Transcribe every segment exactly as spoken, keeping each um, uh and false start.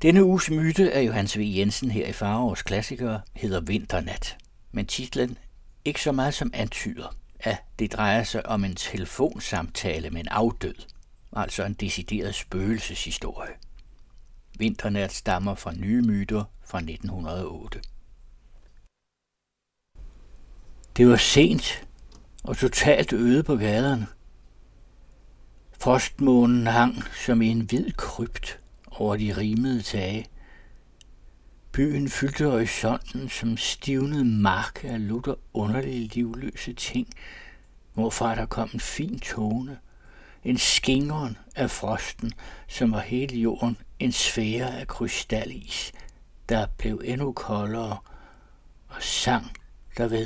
Denne uges myte af Johannes V. Jensen her i Fareårs Klassikere hedder Vinternat, men titlen ikke så meget som antyder, at det drejer sig om en telefonsamtale med en afdød, altså en decideret spøgelseshistorie. Vinternat stammer fra Nye Myter fra nitten hundrede og otte. Det var sent og totalt øde på gaderne. Frostmånen hang som i en hvid krypt over de rimede tage. Byen fyldte horisonten som stivnet mark af lutter underlige livløse ting, hvorfra der kom en fin tone, en skingren af frosten, som var hele jorden en sfære af krystalis, der blev endnu koldere og sang derved.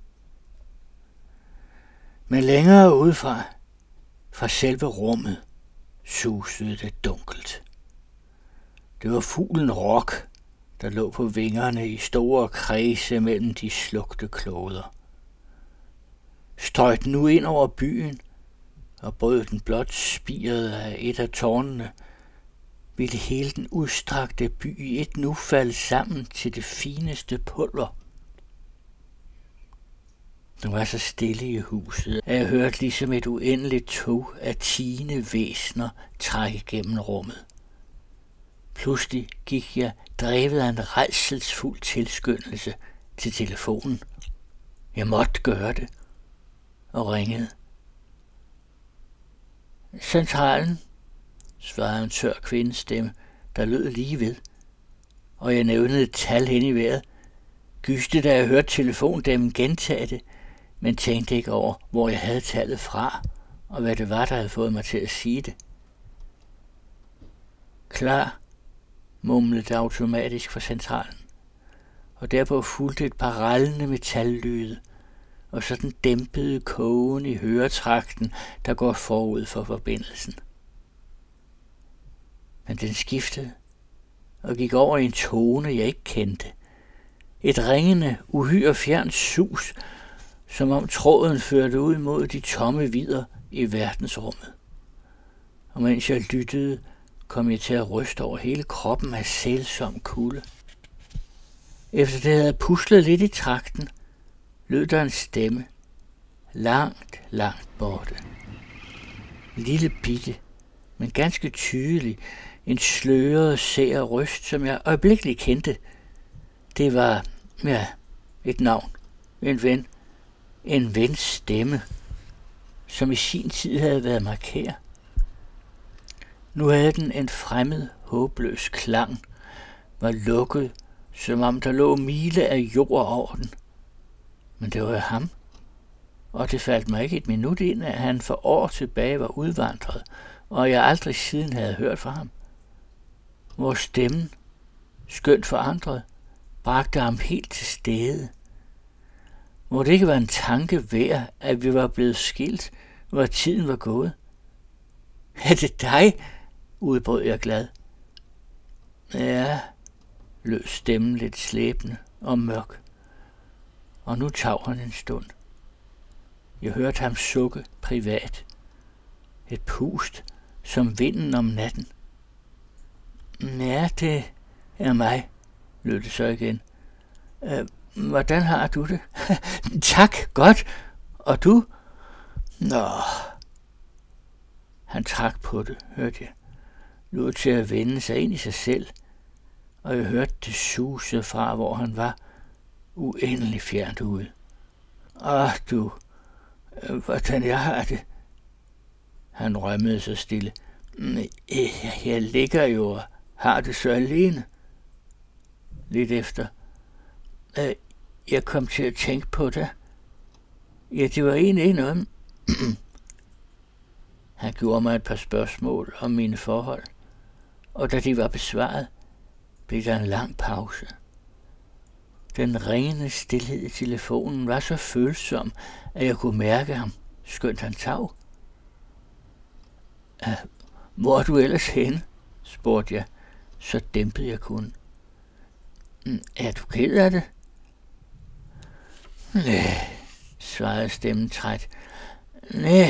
Men længere udefra, fra selve rummet, susede det dunkelt. Det var fuglen Rok, der lå på vingerne i store kredse mellem de slugte kloder. Strøg den nu ind over byen, og brød den blot spiret af et af tårnene, ville hele den udstrakte by i et nu falde sammen til det fineste pulver. Den var så stille i huset, at jeg hørte ligesom et uendeligt tog af tigende væsner trække gennem rummet. Pludselig gik jeg drevet af en rædselsfuld tilskyndelse til telefonen. Jeg måtte gøre det, og ringede. Centralen, svarede en tør kvindestemme, der lød lige ved, og jeg nævnede et tal hen i vejret. Gyste, da jeg hørte telefondæmmen gentage det, men tænkte ikke over, hvor jeg havde tallet fra, og hvad det var, der havde fået mig til at sige det. Klar, mumlede det automatisk fra centralen, og derpå fulgte et par rallende metallyde, og så den dæmpede kogen i høretrakten, der går forud for forbindelsen. Men den skiftede og gik over i en tone, jeg ikke kendte. Et ringende, uhyre fjernt sus, som om tråden førte ud mod de tomme vidder i verdensrummet. Og mens jeg lyttede, kom jeg til at ryste over hele kroppen af sælsom kulde. Efter det havde puslet lidt i trakten, lød der en stemme, langt, langt borte. Lille bitte, men ganske tydelig, en sløret, sær røst, som jeg øjeblikkeligt kendte. Det var, ja, et navn, en ven, en vens stemme, som i sin tid havde været markær. Nu havde den en fremmed, håbløs klang, var lukket, som om der lå mile af jord over den. Men det var ham, og det faldt mig ikke et minut ind, at han for år tilbage var udvandret, og jeg aldrig siden havde hørt fra ham. Hvor stemmen, skønt forandret, bragte ham helt til stede. Hvor det ikke var en tanke værd, at vi var blevet skilt, hvor tiden var gået. Er det dig? Udbrød jeg glad. Ja, lød stemmen lidt slæbende og mørk. Og nu tav han en stund. Jeg hørte ham sukke privat. Et pust, som vinden om natten. Ja, det er mig, lød det så igen. Øh, hvordan har du det? Tak, godt. Og du? Nå. Han trak på det, hørte jeg. Lod til at vende sig ind i sig selv, og jeg hørte det suse fra, hvor han var, uendelig fjernt ude. Åh, du, hvordan jeg har det. Han rømmede så stille. Jeg ligger jo og har det så alene. Lidt efter. Jeg kom til at tænke på det. Ja, det var en en om. Han gjorde mig et par spørgsmål om mine forhold, og da de var besvaret, blev der en lang pause. Den ringende stilhed i telefonen var så følsom, at jeg kunne mærke ham, skønt han tav. Hvor er du ellers henne? Spurgte jeg, så dæmpede jeg kun. Er du ked af det? Næh, svarede stemmen træt. Næh,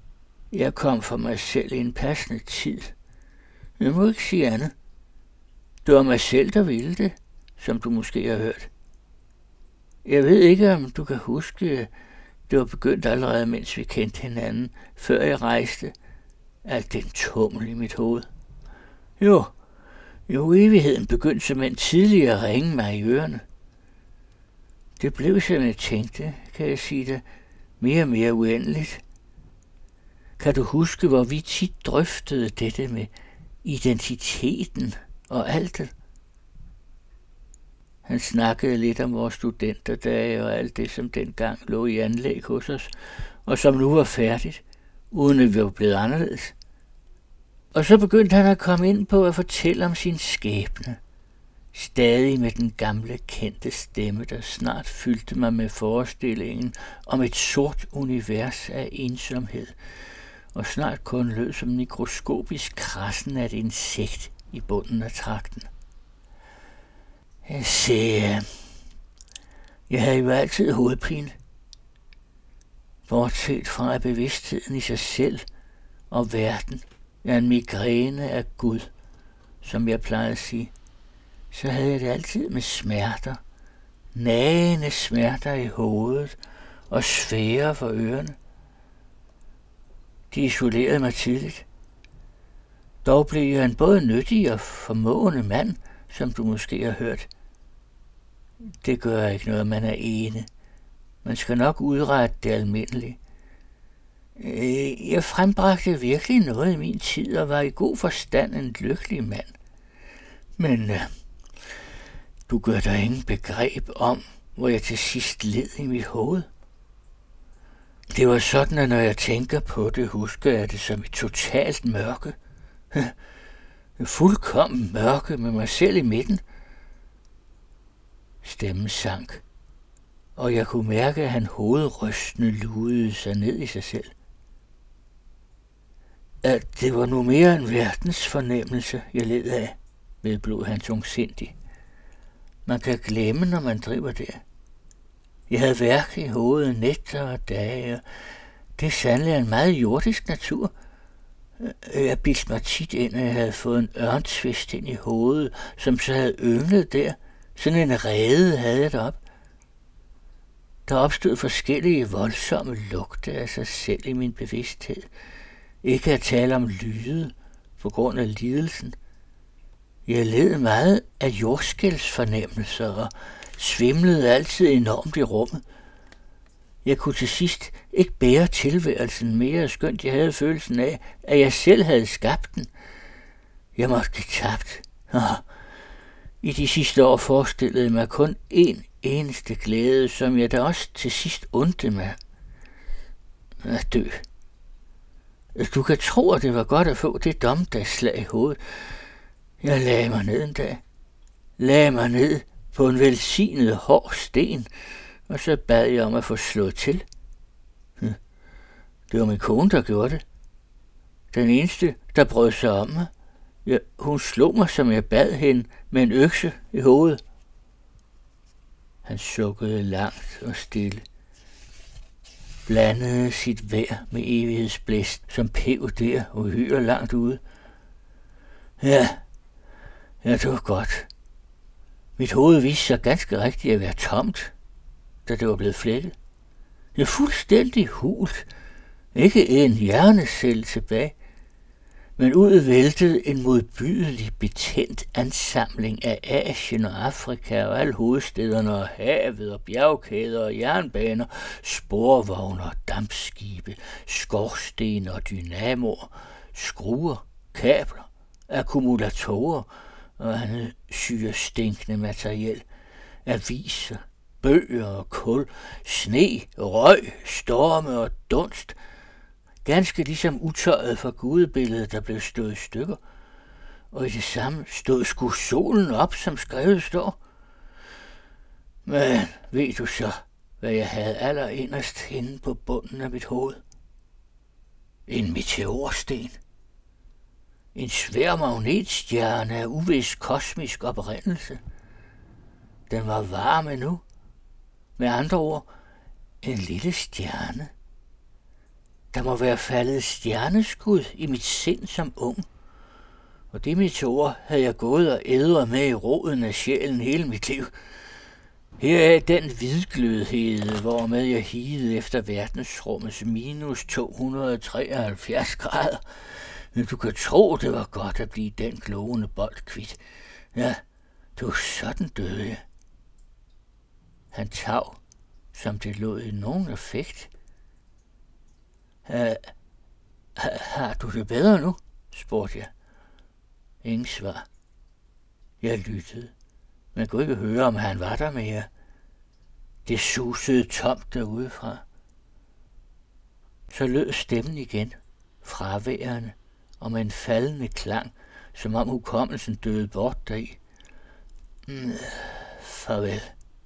jeg kom for mig selv i en passende tid. Jeg må ikke sige andet. Det var mig selv, der ville det, som du måske har hørt. Jeg ved ikke, om du kan huske, det var begyndt allerede, mens vi kendte hinanden, før jeg rejste. Alt den tummel i mit hoved. Jo, jo evigheden begyndte som en tidligere at ringe mig i ørerne. Det blev, som jeg tænkte, kan jeg sige det, mere og mere uendeligt. Kan du huske, hvor vi tit drøftede dette med identiteten og alt det? Han snakkede lidt om vores studenterdage og alt det, som dengang lå i anlæg hos os, og som nu var færdigt, uden at vi var blevet anderledes. Og så begyndte han at komme ind på at fortælle om sin skæbne, stadig med den gamle kendte stemme, der snart fyldte mig med forestillingen om et sort univers af ensomhed, og snart kun lød som mikroskopisk krassen af et insekt i bunden af trakten. Jeg sagde, jeg havde jo altid hovedpine, bortset fra bevidstheden i sig selv og verden er en migræne af Gud, som jeg plejede at sige. Så havde jeg det altid med smerter, nagende smerter i hovedet og sfære for ørerne. De isolerede mig tidligt. Dog blev jeg en både nyttig og formående mand, som du måske har hørt. Det gør ikke noget, man er ene. Man skal nok udrette det almindelige. Jeg frembragte virkelig noget i min tid og var i god forstand en lykkelig mand. Men uh, du gør dig ingen begreb om, hvor jeg til sidst led i mit hoved. Det var sådan, at når jeg tænker på det, husker jeg det som et totalt mørke. Fuldkommen mørke med mig selv i midten. Stemmen sank, og jeg kunne mærke, at han hovedrystende ludede sig ned i sig selv. At det var nu mere en verdens fornemmelse, jeg led af, vedblod han tungsindig. Man kan glemme, når man driver der. Jeg havde værk i hovedet nætter og dage, og det er sandelig en meget jordisk natur. Jeg bildte mig tit ind, at jeg havde fået en ørntvist ind i hovedet, som så havde ynglet der. Sådan en rede havde jeg derop. Der opstod forskellige voldsomme lugte af sig selv i min bevidsthed. Ikke at tale om lyde på grund af lidelsen. Jeg led meget af jordskælvsfornemmelser og svimlede altid enormt i rummet. Jeg kunne til sidst ikke bære tilværelsen mere, skønt jeg havde følelsen af, at jeg selv havde skabt den. Jeg måtte give tabt. Oh. I de sidste år forestillede jeg mig kun én eneste glæde, som jeg da også til sidst undte mig. At dø. Du kan tro, at det var godt at få det dommedagsslag i hovedet. Jeg lagde mig ned en dag. Lagde mig ned på en velsignet hård sten, og så bad jeg om at få slået til. Det var min kone, der gjorde det. Den eneste, der brød sig om mig. Ja, hun slog mig, som jeg bad hende, med en økse i hovedet. Han sukkede langt og stille. Blandede sit vejr med evighedsblæst, som pev der og hyrer langt ude. Ja, ja, det var godt. Mit hoved viste sig ganske rigtigt at være tomt, da det var blevet flettet. Det er fuldstændig hult. Ikke en hjernecelle tilbage, men ud væltede en modbydelig betændt ansamling af Asien og Afrika og alle hovedstederne og havet og bjergkæder og jernbaner, sporvogne og dampskibe, skorsten og dynamoer, skruer, kabler, akkumulatorer og andet syrestinkende materiel, aviser, bøger og kul, sne, røg, storme og dunst, ganske ligesom utøjet fra gudebilledet, der blev stået i stykker, og i det samme stod sgu solen op, som skrevet står. Men ved du så, hvad jeg havde allerinderst henne på bunden af mit hoved? En meteorsten. En svær magnetstjerne af uvis kosmisk oprindelse. Den var varm endnu. Med andre ord, en lille stjerne. Der må være faldet stjerneskud i mit sind som ung, Og det mit ord havde jeg gået og ædret med i roden af sjælen hele mit liv. Her er den hvidglødhed, hvormed jeg higede efter verdensrummets minus to hundrede treoghalvfjerds grader. Men du kan tro, det var godt at blive den glående bold kvidt. Ja, du sådan døde jeg. Han tav, som det lå i nogen effekt. Ha, ha, har du det bedre nu? Spurgte jeg. Ingen svar. Jeg lyttede, men kunne ikke høre, om han var der mere. Det susede tomt derudefra. Så lød stemmen igen, fraværende, og med en faldende klang, som om hukommelsen døde bort deri. Mm, farvel.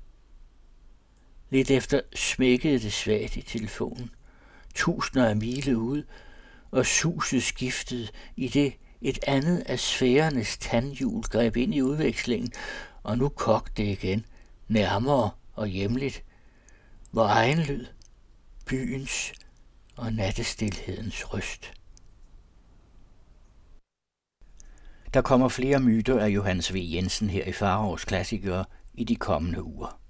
Lidt efter smækkede det svagt i telefonen. Tusinder af mile ud, og suset skiftede i det et andet af sfærernes tandhjul greb ind i udvekslingen, og nu kogte det igen, nærmere og hjemligt. Vor egen lyd, byens og nattestilhedens røst. Der kommer flere myter af Johannes V. Jensen her i Faraos Klassikere i de kommende uger.